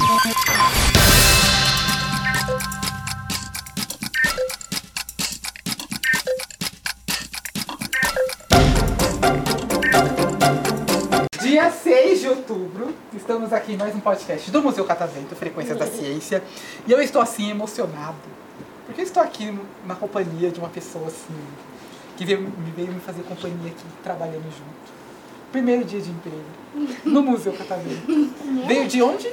Dia 6 de outubro, estamos aqui em mais um podcast do Museu Catavento, Frequências da Ciência. E eu estou assim emocionado, porque eu estou aqui na companhia de uma pessoa assim, que me veio me fazer companhia aqui, trabalhando junto. Primeiro dia de emprego, no Museu Catavento. Veio de onde?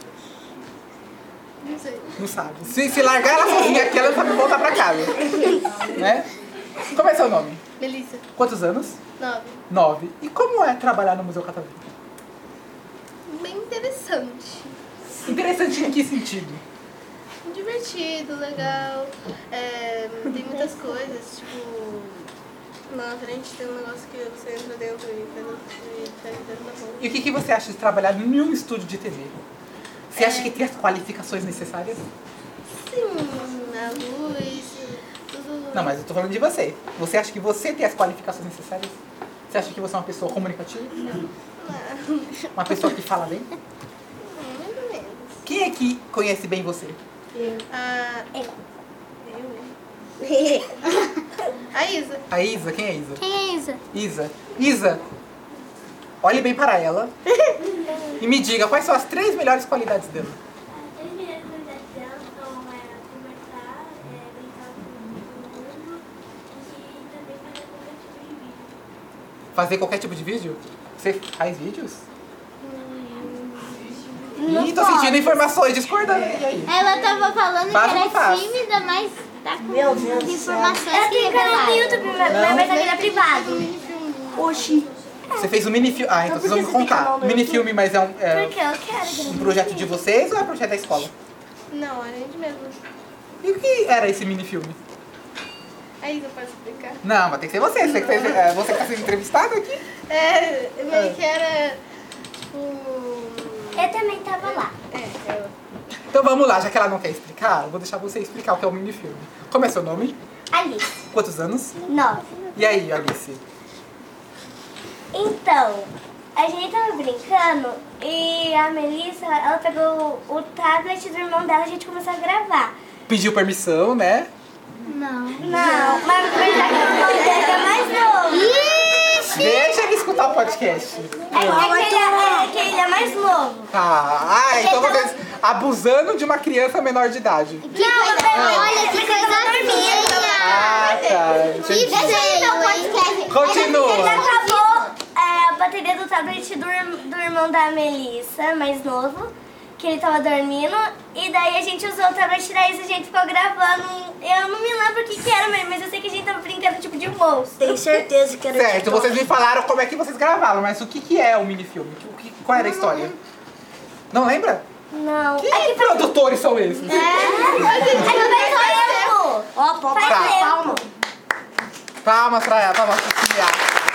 Não sei. Não sabe. Se largar ela sozinha aqui, ela sabe voltar pra casa. Né? Como é seu nome? Melissa. Quantos anos? 9. 9. E como é trabalhar no Museu Catavento? Bem interessante. Interessante em que sentido? Divertido, legal. Tem muitas coisas, tipo... Na frente tem um negócio que você entra dentro e faz dentro da boca. E o que você acha de trabalhar em um estúdio de TV? Você acha que tem as qualificações necessárias? Sim, a luz, tudo... Não, mas eu tô falando de você. Você acha que você tem as qualificações necessárias? Você acha que você é uma pessoa comunicativa? Não. Uma pessoa que fala bem? Mais ou menos. Quem é que conhece bem você? A Isa. A Isa? Quem é Isa? Quem é Isa? Isa. Isa, olhe bem para ela e me diga quais são as 3 melhores qualidades dela. As melhores qualidades dela são conversar, brincar com o mundo e também fazer qualquer tipo de vídeo. Fazer qualquer tipo de vídeo? Você faz vídeos? Ih, tô sentindo informações discordando. E aí? Ela tava falando Faz que ou não era faz? tímida, mas tá com Meu Deus do informações céu. que revelaram. mas aquele é privado. Oxi. Você fez um mini-filme. Ah, então vocês vão me contar. Mini-filme, mas é Porque eu quero. um projeto de vocês ou é um projeto da escola? Não, a gente mesmo. E o que era esse mini-filme? A Isa pode explicar. Não, mas tem que ser você. Você que tá sendo entrevistado aqui? Meio que era, tipo... Eu também tava lá. Ela. Então vamos lá, já que ela não quer explicar, eu vou deixar você explicar o que é o mini-filme. Como é seu nome? Alice. Quantos anos? 9. E aí, Alice? Então, a gente tava brincando e a Melissa, ela pegou o tablet do irmão dela e a gente começou a gravar. Pediu permissão, né? Não, mas na verdade o irmão dela é mais novo. Deixa ele escutar o podcast. É que ele é mais novo. Então vocês abusando de uma criança menor de idade. Olha que coisa dormindo. Tá. Entendi. Continua. Ele acabou a bateria do tablet do irmão da Melissa, mais novo, que ele tava dormindo. E daí a gente usou o tablet da Isa e a gente ficou gravando. Eu não me lembro o que era, mas eu sei que a gente tava brincando tipo de monstro. Tenho certeza que era Certo, TikTok. vocês me falaram como é que vocês gravaram, mas o que é o mini-filme? Qual era a história? Não lembra? Não. Que produtores são esses? Ó, palma. Tá. Palmas pra ela, pra nossa auxiliar.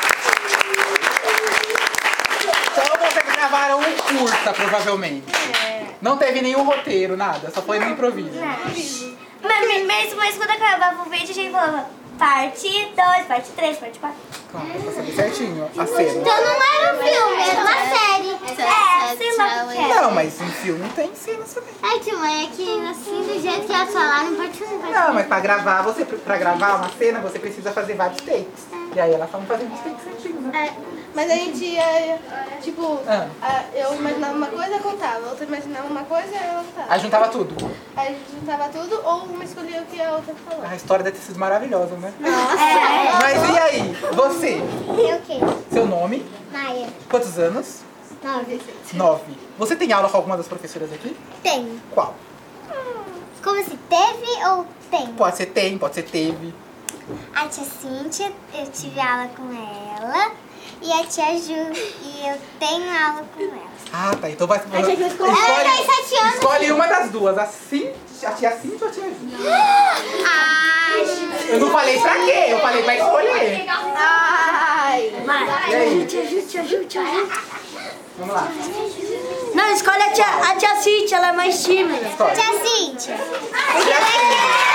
Então vocês gravaram um curta, provavelmente. Não teve nenhum roteiro, nada, só foi no improviso. Mas quando acabava o vídeo, a gente falava parte 2, parte 3, parte 4. Claro, pra saber certinho a cena. Então não era um filme, era uma série. Sei lá o que era. Não, mas em filme tem cenas também. É que mãe, é que assim, do jeito que elas falaram, pode ser. Não, mas pra gravar uma cena, você precisa fazer vários takes. E aí elas estavam fazendo os takes certinho, né? Mas a gente ia, tipo, Ah. eu imaginava uma coisa, eu contava. A outra imaginava uma coisa, ela contava. Aí juntava tudo. Aí a gente juntava tudo, ou uma escolhia o que a outra falou. A história deve ter sido maravilhosa, né? É. Mas e aí? Você? Eu o quê? Seu nome? Maia. Quantos anos? 9. 9. Você tem aula com alguma das professoras aqui? Tem. Qual? Como se teve ou tem? Pode ser tem, pode ser teve. A tia Cíntia, eu tive aula com ela. E a tia Ju, e eu tenho aula com ela. Ah, tá. Então vai. Ela tem 7 anos. Escolhe uma das duas. A tia Cintia ou a tia Ju? Eu não falei pra quê, eu falei pra escolher. Ai! E aí? Tia Ju. Vamos lá. Não, escolhe a tia Cíntia, ela é mais tímida. Escolhe. Tia Cíntia. Tia Cintia.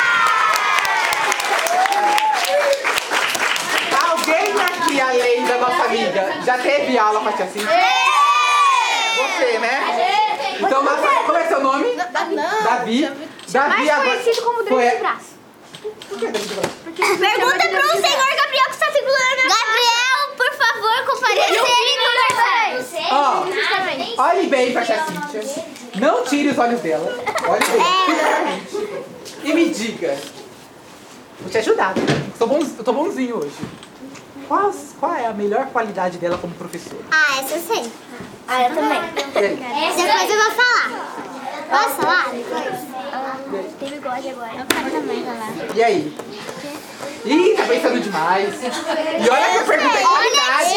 Alguém aqui, além da nossa amiga, já teve aula com a tia Cintia? Você, né? Então, como é seu nome? Davi. Davi agora. Conhecido como David de Braço. Por que Davi de Braço? Pergunta pro senhor Gabriel que está segurando. Gabriel, por favor, comparecer e conversar. Ó, olhe bem pra tia Cíntia. Não tire os olhos dela. Olhe bem, sinceramente. E me diga. Vou te ajudar, né? Eu tô bonzinho hoje. Qual é a melhor qualidade dela como professora? Ah, essa eu sei. Ah, eu também. Depois eu vou falar. Posso falar? Tem bigode agora. Eu quero também falar. E aí? Ih, tá pensando demais. E olha que eu perguntei qualidade.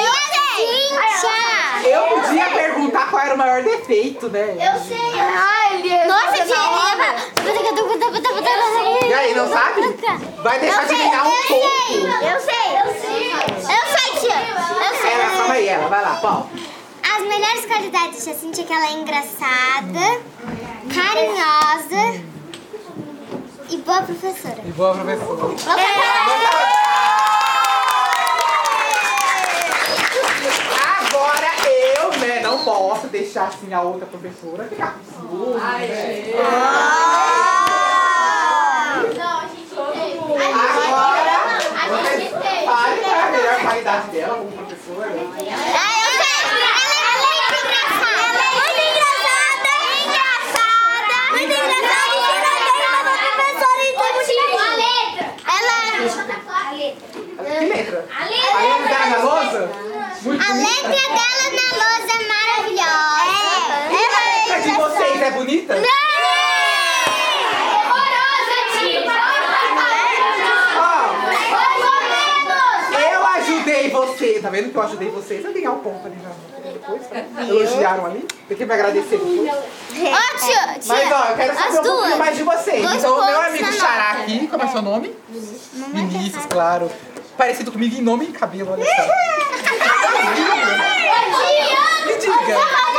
Eu podia perguntar qual era o maior defeito, né? Eu sei. Ah, ele é. Nossa, E aí, não sabe? Vai deixar de ganhar um pouco. Eu sei, tia. Eu sei. Ela, calma aí, ela. Vai lá, qual? As melhores qualidades de Cíntia é que ela é engraçada, carinhosa e boa professora. E boa professora. Agora eu, né, não posso deixar assim a outra professora ficar com ciúme, né? Agora, vocês falem qual é a melhor qualidade dela como professora. Que letra? A letra dela na lousa? Muito A bonita. letra dela na lousa é maravilhosa. A letra de vocês é bonita? Ó, eu ajudei você. Tá vendo que eu ajudei vocês a ganhar um ponto ali depois? Elogiaram ali? Tem que me agradecer depois. Mas ó, eu quero saber um pouquinho mais de vocês. Então o meu amigo Xará aqui, como é seu nome? Vinícius, claro. Parecido comigo em nome e em cabelo, olha só. Me diga.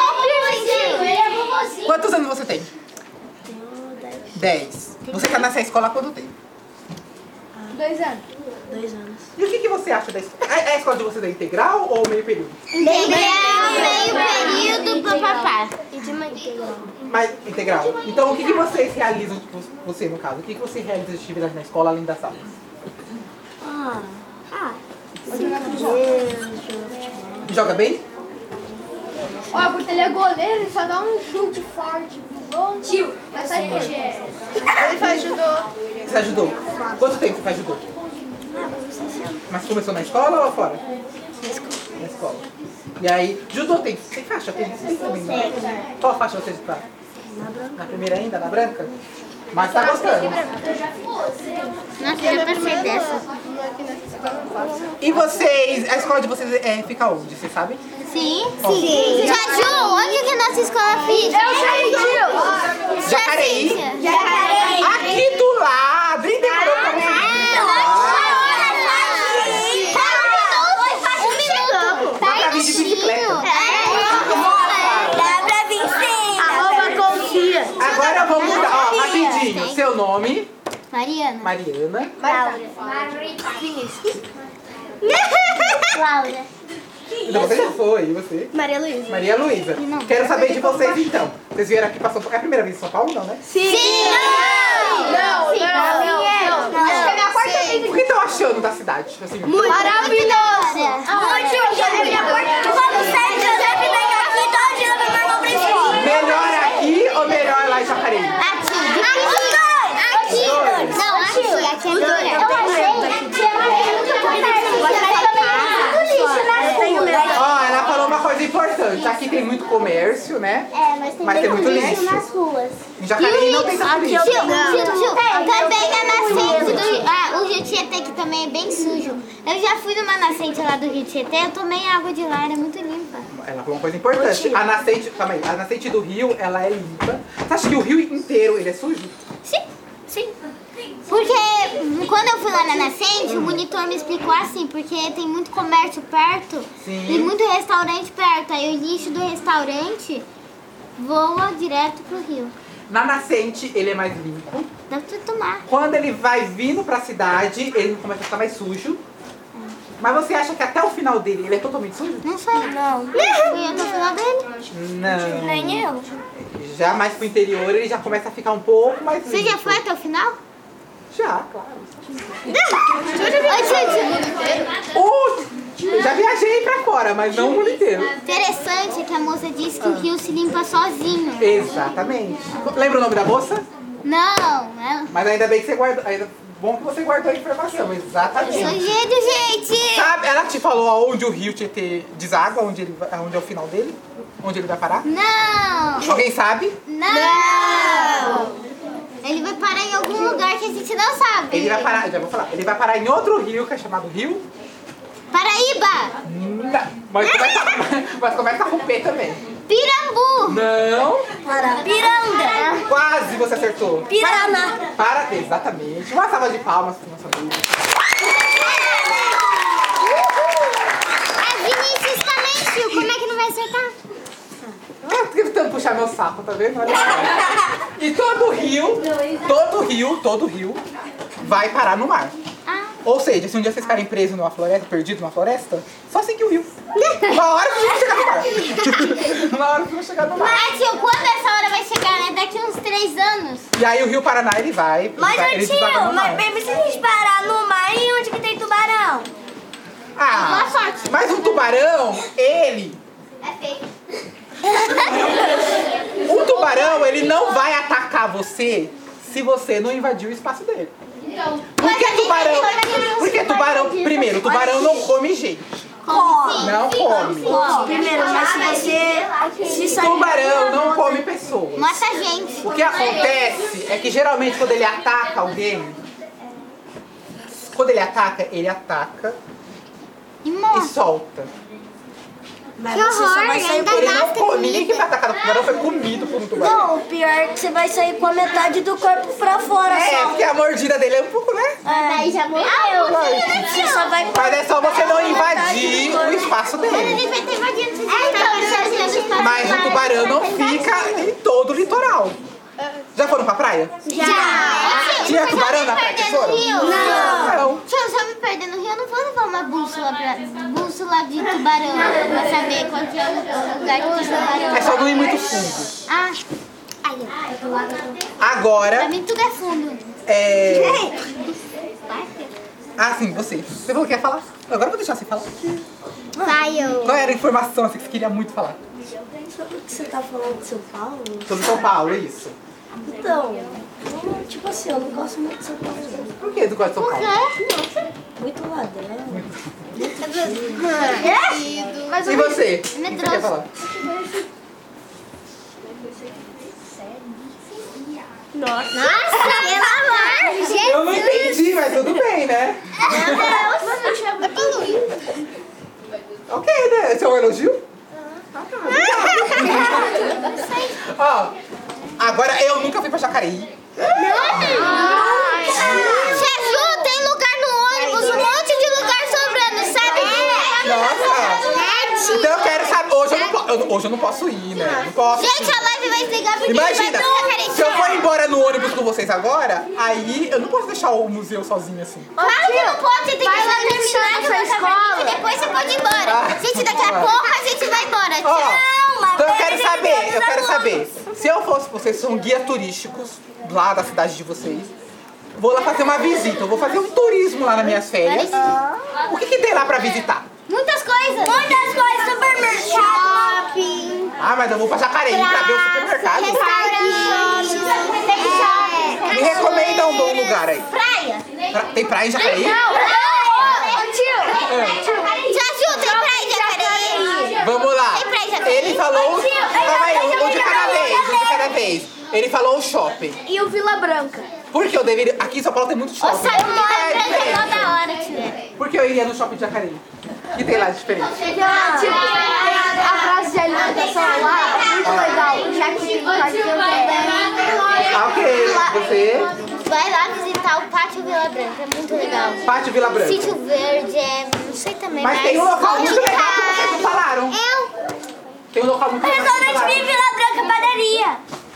Quantos anos você tem? 10. Você tá nessa escola há quanto tempo? 2 anos. E o que você acha da escola? A escola de vocês é integral ou meio período? Meio período pro papai. E de manhã. Mas integral. Então o que vocês realizam, você no caso? O que você realiza de atividade na escola além das aulas? Joga bem? Ó, porque ele é goleiro, ele só dá um chute forte. Tio, vai sair por Ele faz judô. Você ajudou? Quanto tempo você faz judô? Mas começou na escola ou fora? Na escola. E aí, judô tem faixa? Tem também, né? Qual faixa você está? Na primeira ainda? Na branca? Mas tá gostando. Nossa, eu já passei dessa. E vocês, a escola de vocês fica onde? Vocês sabem? Sim. Jaju, onde que nossa escola fica? Eu sei, tio. Jacareí? Aqui do lado. Nem demorou pra você Dá pra vir de bicicleta. Dá pra vir sim. Agora eu vou mudar, ó, rapidinho. Seu nome? Mariana. Mariana. Cláudia. Não, você já foi, e você? Maria Luísa. Maria Luísa. Quero saber de vocês então. Vocês vieram aqui pra São Paulo. É a primeira vez em São Paulo, não, né? Sim. Não. Acho que é a minha quarta vez. O que estão achando da cidade? Assim, Maravilhoso. Vamos sair de José e aqui, tô ajudando meu irmão pra escola. melhor aqui ou melhor lá em Jacareí? Aqui. Não, aqui é melhor. Ó, ela falou uma coisa importante. Aqui tem muito comércio, né? Mas tem muito lixo. nas ruas. Em Jacareí não tem tanto lixo. Também a nascente do Rio. O Rio Tietê que também é bem sujo. Eu já fui numa nascente lá do Rio Tietê, eu tomei água de lá, era muito limpa. Ela falou uma coisa importante. A nascente, calma aí, a nascente do rio, ela é limpa. Você acha que o rio inteiro ele é sujo? Sim. Porque quando eu fui lá na nascente, o monitor me explicou assim, porque tem muito comércio perto e muito restaurante perto. Aí o lixo do restaurante voa direto pro rio. Na nascente, ele é mais limpo. Dá pra tomar. Quando ele vai vindo pra cidade, ele começa a ficar mais sujo. Mas você acha que até o final dele ele é totalmente sujo? Não sei. Não. Fui até o final dele? Não. Nem eu. Já mais pro interior, ele já começa a ficar um pouco mais Você limpo. já foi até o final? Já, claro. Oi, Já viajei pra fora, mas não o mundo inteiro. interessante é que a moça disse que o rio se limpa sozinho. Exatamente. Lembra o nome da moça? Não, ela... Mas ainda bem que você guardou. Ainda bom que você guardou a informação, Sou exatamente. gênio, gente! Sabe, ela te falou aonde o rio Tietê deságua, onde é o final dele? Onde ele vai parar? Não! Alguém sabe? Não! Ele vai parar em algum lugar que a gente não sabe. Ele vai parar, já vou falar, ele vai parar em outro rio que é chamado Rio. Paraíba! Mas começa com P também. Pirambu! Não, Piranga. quase você acertou. Pirana. Exatamente. Uma salva de palmas para nossa amiga. A Vinícius também, tio. Como é que não vai acertar? Eu tô tentando puxar meu saco, tá vendo? Olha só. E todo rio vai parar no mar. Ou seja, se um dia vocês ficarem presos numa floresta, perdidos numa floresta, só seguir o rio. Uma hora que vão chegar no mar. Uma hora que vão chegar no mar. Mas, tio, quando essa hora vai chegar, né? Daqui uns 3 anos. E aí o Rio Paraná, ele vai. Mas, ele deságua no mar. mas se a gente parar no mar, e onde que tem tubarão? Ah, Boa sorte. mas um tubarão, ele... É feio. Um tubarão, ele não vai atacar você se você não invadir o espaço dele. Porque tubarão, primeiro, o tubarão não come gente. Não come. Primeiro, mas se você... Tubarão não come pessoas. Mata a gente. O que acontece é que geralmente quando ele ataca alguém, ele ataca E e morre. solta. Mas Que você só horror, vai sair ainda Ele não gasta come, comida. ninguém que vai atacar o tubarão foi comido por um tubarão. Não, o pior é que você vai sair com a metade do corpo pra fora É, só. porque a mordida dele é um pouco, né? Daí já morreu. Você só vai... Mas é só você não invadir o espaço Ele dele. vai ter invadido. Então, Mas o tubarão não fica em todo o litoral. Já foram pra praia? Já. Tinha tubarão na praia que foram? Não. Se eu me perder no rio, eu não vou levar uma bússola de tubarão pra saber qual que é o lugar que tem tubarão. É só não ir muito fundo. Ah, aí, ó. Agora, Pra mim tudo é fundo. Ah, sim, você. Você falou que ia falar? Agora eu vou deixar você falar. Vai, eu. Qual era a informação assim, que você queria muito falar? Sobre o que você tá falando de São Paulo? Sobre São Paulo, é isso. Então, tipo assim, eu não gosto muito de São Paulo. Por que tu gosta de São Paulo? Muito ladrão. E você? O que você quer falar? Nossa, pelo amor de Jesus. Eu não entendi, mas tudo bem, né? É poluído. Ok, né? Esse é um elogio? Ó, agora eu nunca fui pra Jacareí. Jesus, tem lugar no ônibus, um monte de lugar sobrando, sabe? Nossa! Então eu quero saber. Hoje eu não posso ir, né? Não posso. Gente, a live vai desligar porque Imagina, ele vai pro se eu for embora no ônibus com vocês agora, aí eu não posso deixar o museu sozinho assim. Claro que não pode, você tem que ir lá terminar sua escola. E depois você pode ir embora. Gente, daqui a pouco a gente vai embora. Ó, Tchau. então eu quero saber. Se eu fosse, vocês são guias turísticos lá da cidade de vocês, vou lá fazer uma visita, eu vou fazer um turismo lá nas minhas férias. O que tem lá pra visitar? Muitas coisas. Supermercado. Shopping. Ah, mas eu vou pra Jacareí pra ver o supermercado. Restaurantes. Tem shopping. Me recomenda um bom lugar aí. Praia. Tem praia em Jacareí? Jaju, tem praia em Jacareí. Vamos lá. Tem praia em Jacareí. Ele falou. Calma aí, um de cada vez. Ele falou o shopping. E o Vila Branca. Por que eu deveria. Aqui em São Paulo tem muito shopping. Sabe que Por que tá é branca diferente? toda hora, tio. Por que eu iria no shopping de Jacareí? O que tem lá de diferente? A praça de alimentação lá é muito legal. Já que tem Ah, ok. Você? Vai lá visitar o Pátio Vila Branca, é muito legal. Pátio Vila Branca. Sítio Verde, não sei também, Mas tem um local muito legal que vocês não falaram. Eu. Tem um local muito legal que vocês não Restaurante falaram. Vila Branca Padaria.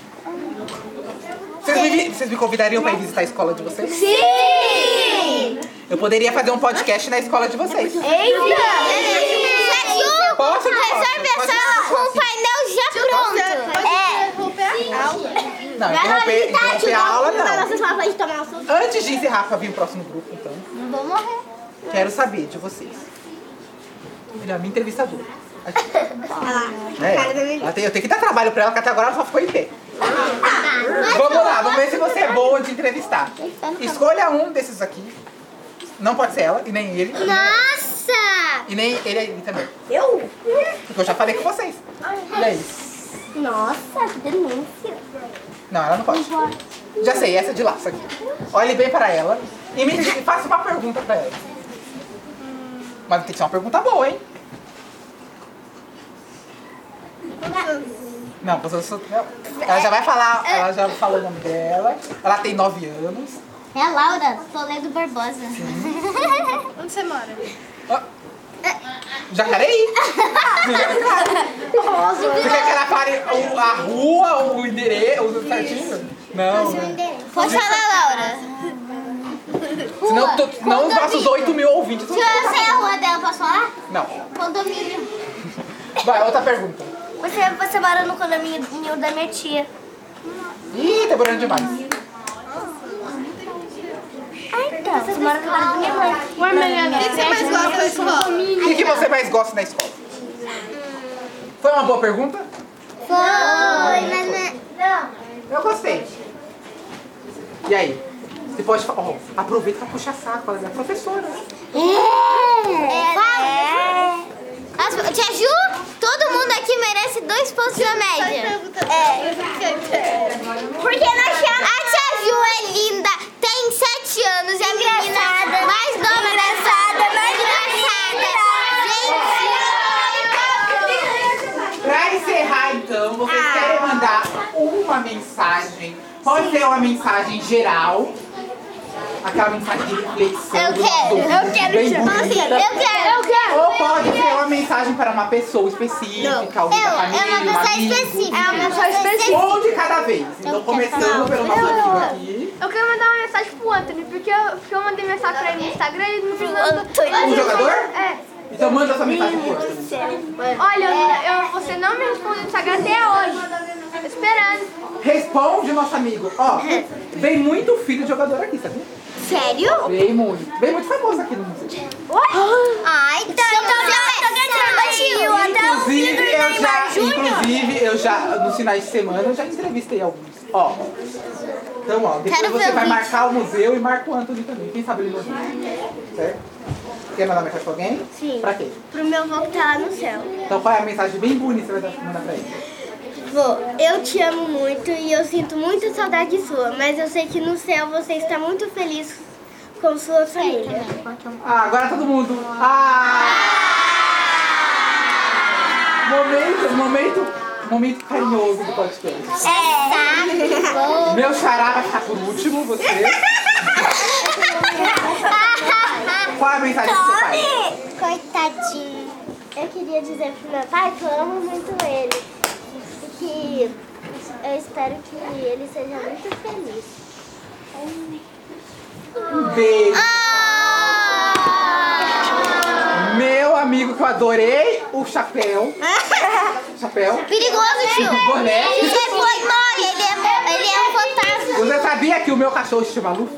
Vocês me convidariam pra ir visitar a escola de vocês? Sim! Eu poderia fazer um podcast na escola de vocês. Jaju, Posso? reserve a sala com o painel já pronto. Não, interromper a aula não. Vocês falam de tomar um susto. Antes de encerrar pra vir o próximo grupo, então, Não vou morrer. quero saber de vocês. Ele é a minha entrevistadora. Eu tenho que dar trabalho pra ela, que até agora ela só ficou em pé. Vamos lá, vamos ver se você é boa de entrevistar. Escolha um desses aqui. Não pode ser ela, e nem ele. Nossa! E nem ele também. Eu? Porque eu já falei com vocês. E aí? Nossa, que denúncia. Não, ela não pode. Já sei, essa é de laço aqui. Olhe bem para ela e faça uma pergunta para ela. Mas tem que ser uma pergunta boa, hein? Não, ela já vai falar, ela já falou o nome dela. Ela tem 9 anos. É a Laura, Toledo Barbosa. Onde você mora? Ó, Jacareí. Você quer que ela fale a rua, o endereço, o certinho? Não. Pode falar, Laura. Senão os nossos 8 mil ouvintes. Se eu sei a rua dela, posso falar? Não. Condomínio. Vai, outra pergunta. Você mora no condomínio da minha tia. Ih, tá demorando demais. Então, você mora no condomínio da minha mãe. O que você mais gosta da escola? O que você mais gosta na escola? Foi uma boa pergunta? Foi, mas não. Eu gostei. E aí? Você pode falar, aproveita pra puxar saco, ela é minha professora. Tia Ju, todo mundo aqui merece 2 pontos na média. Porque nós chamamos... A tia Ju é linda, tem 7 anos, é a menina mais nova da sala, mais engraçada. Pra encerrar, então, vocês querem mandar uma mensagem. Pode ser uma mensagem geral. Aquela mensagem de reflexão. Eu quero. Ou pode ser uma mensagem para uma pessoa específica, alguém da família, um amigo. É uma pessoa específica. Ou de cada vez. Então, começando pelo nosso amigo aqui. Eu quero mandar uma mensagem pro Anthony, porque eu mandei mensagem pra ele no Instagram e ele não mandou. Um jogador? É. Então manda sua mensagem pro Anthony. Olha, você não me respondeu no Instagram até hoje. Tô esperando. Responde, nosso amigo. Ó, vem muito filho de jogador aqui, sabia? Sério? Vem muito famoso aqui no museu. Ai, então Inclusive, eu já, nos finais de semana, eu já entrevistei alguns. Ó. Então, ó, depois você vai marcar o museu e marca o Anthony também. Quem sabe ele não viu. Certo? Quer mandar mensagem pra alguém? Sim. Pra quê? Pro meu avô que tá lá no céu. Então qual é a mensagem bem bonita que você vai mandar pra ele? Vô, eu te amo muito e eu sinto muita saudade sua, mas eu sei que no céu você está muito feliz com sua família. Ah, agora todo mundo. Momento carinhoso do podcast. Meu xará vai ficar por último, você. Qual é a mensagem do seu pai? Coitadinho. Eu queria dizer pro meu pai que eu amo muito ele. E que eu espero que ele seja muito feliz. Um beijo. Meu amigo que eu adorei, o chapéu. Perigoso, tio. O boné. Você foi mole, ele é um fantasma. Você sabia que o meu cachorro se chama Luffy?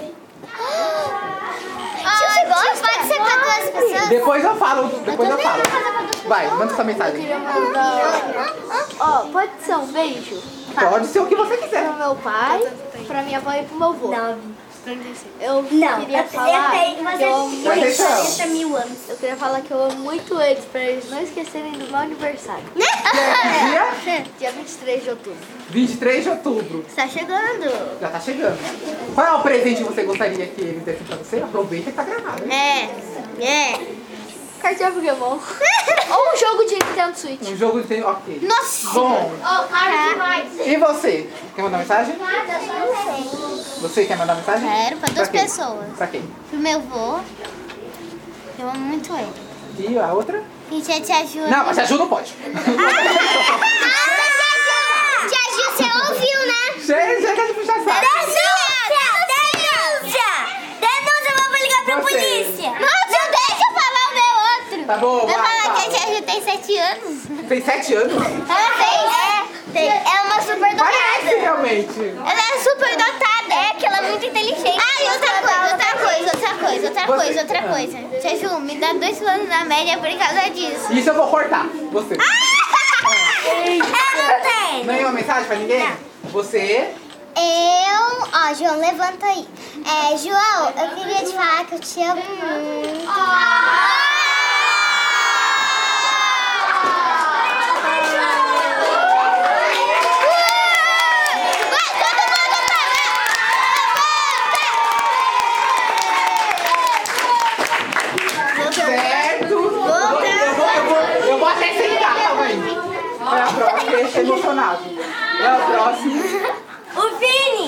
Tio, você pode ser pra 2 pessoas? Depois eu falo. Vai, manda sua mensagem. Ó, pode ser um beijo Pode ser o que você quiser. pro meu pai, pra minha avó e pro meu avô. Eu Não, queria falar que eu amo Vai muito. deixar. 40.000 anos. Eu queria falar que eu amo muito eles, pra eles não esquecerem do meu aniversário. Dia Dia 23 de outubro. 23 de outubro. Está chegando. Já tá chegando. Qual é o presente que você gostaria que eles dessem pra você? Aproveita que tá gravado, hein? Cartão Pokémon. Ou um jogo de Nintendo Switch. Um jogo de... Ok. Nossa! Bom, Cara demais. e você? Quer mandar mensagem? Você quer mandar mensagem? Quero, pra 2 quem? pessoas. Pra quem? Pro meu avô. Eu amo muito ele. E a outra? E tia Ju. Não, mas a Ju não pode. Tia Ju, você ouviu, né? Chega de puxar saco. Denúncia, vamos ligar pra Você. polícia. Nossa, deixa eu falar o meu outro. Tá bom, Eu vai, falar que a fala. tia Ju tem 7 anos. Tem 7 anos? Ela tem. É uma super Parece, dotada. realmente. Ela é super dotada. É que ela é muito inteligente. Ah, e outra coisa. Tia Ju, me dá 2 planos na média por causa disso. Isso eu vou cortar. Você. Ela não tem. Nenhuma mensagem pra ninguém? Você. Ó, João, levanta aí. João, eu queria te falar que eu te amo muito. Certo. Eu vou até sentar, calma aí. É a próxima, eu estou emocionado. É a próxima. O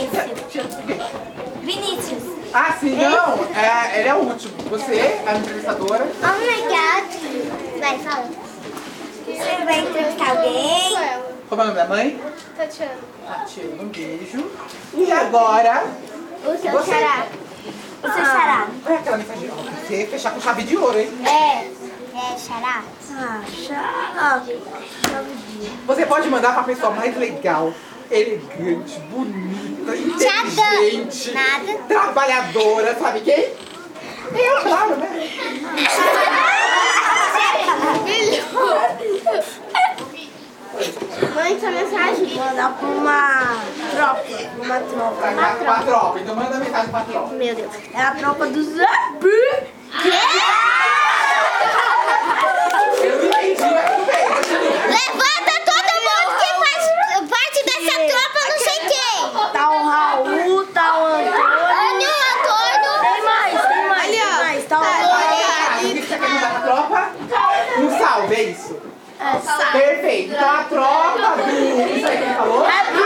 Vinícius. Ah, sim, não. Ele é o último. Você, a entrevistadora. Oh my God. Vai, fala. Você vai entrevistar alguém? Como é o nome da mãe? Tatiana. Tatiana, um beijo. E agora... O seu Você. xará. O seu xará. É aquela mensagem. Ó, você fechar com chave de ouro, hein? Xará. Xará. Você pode mandar pra pessoa mais legal, elegante, bonita, inteligente, Nada. trabalhadora, sabe quem? Eu, claro, né? Mãe, sua mensagem. Mandar pra uma tropa. Pra tropa, então manda mensagem pra tropa. Meu Deus. É a tropa do Zambu. Eu não entendi, mas tudo bem, continua. Levanta todo mundo que faz parte dessa tropa, não sei quem. Tá o Raul, tá o Antônio. Antônio. Tem mais. Ali, ó. Tem mais. Tá o O que você quer mandar pra tropa? Um salve, é isso? Perfeito. Então a tropa do... Isso aí que ele falou?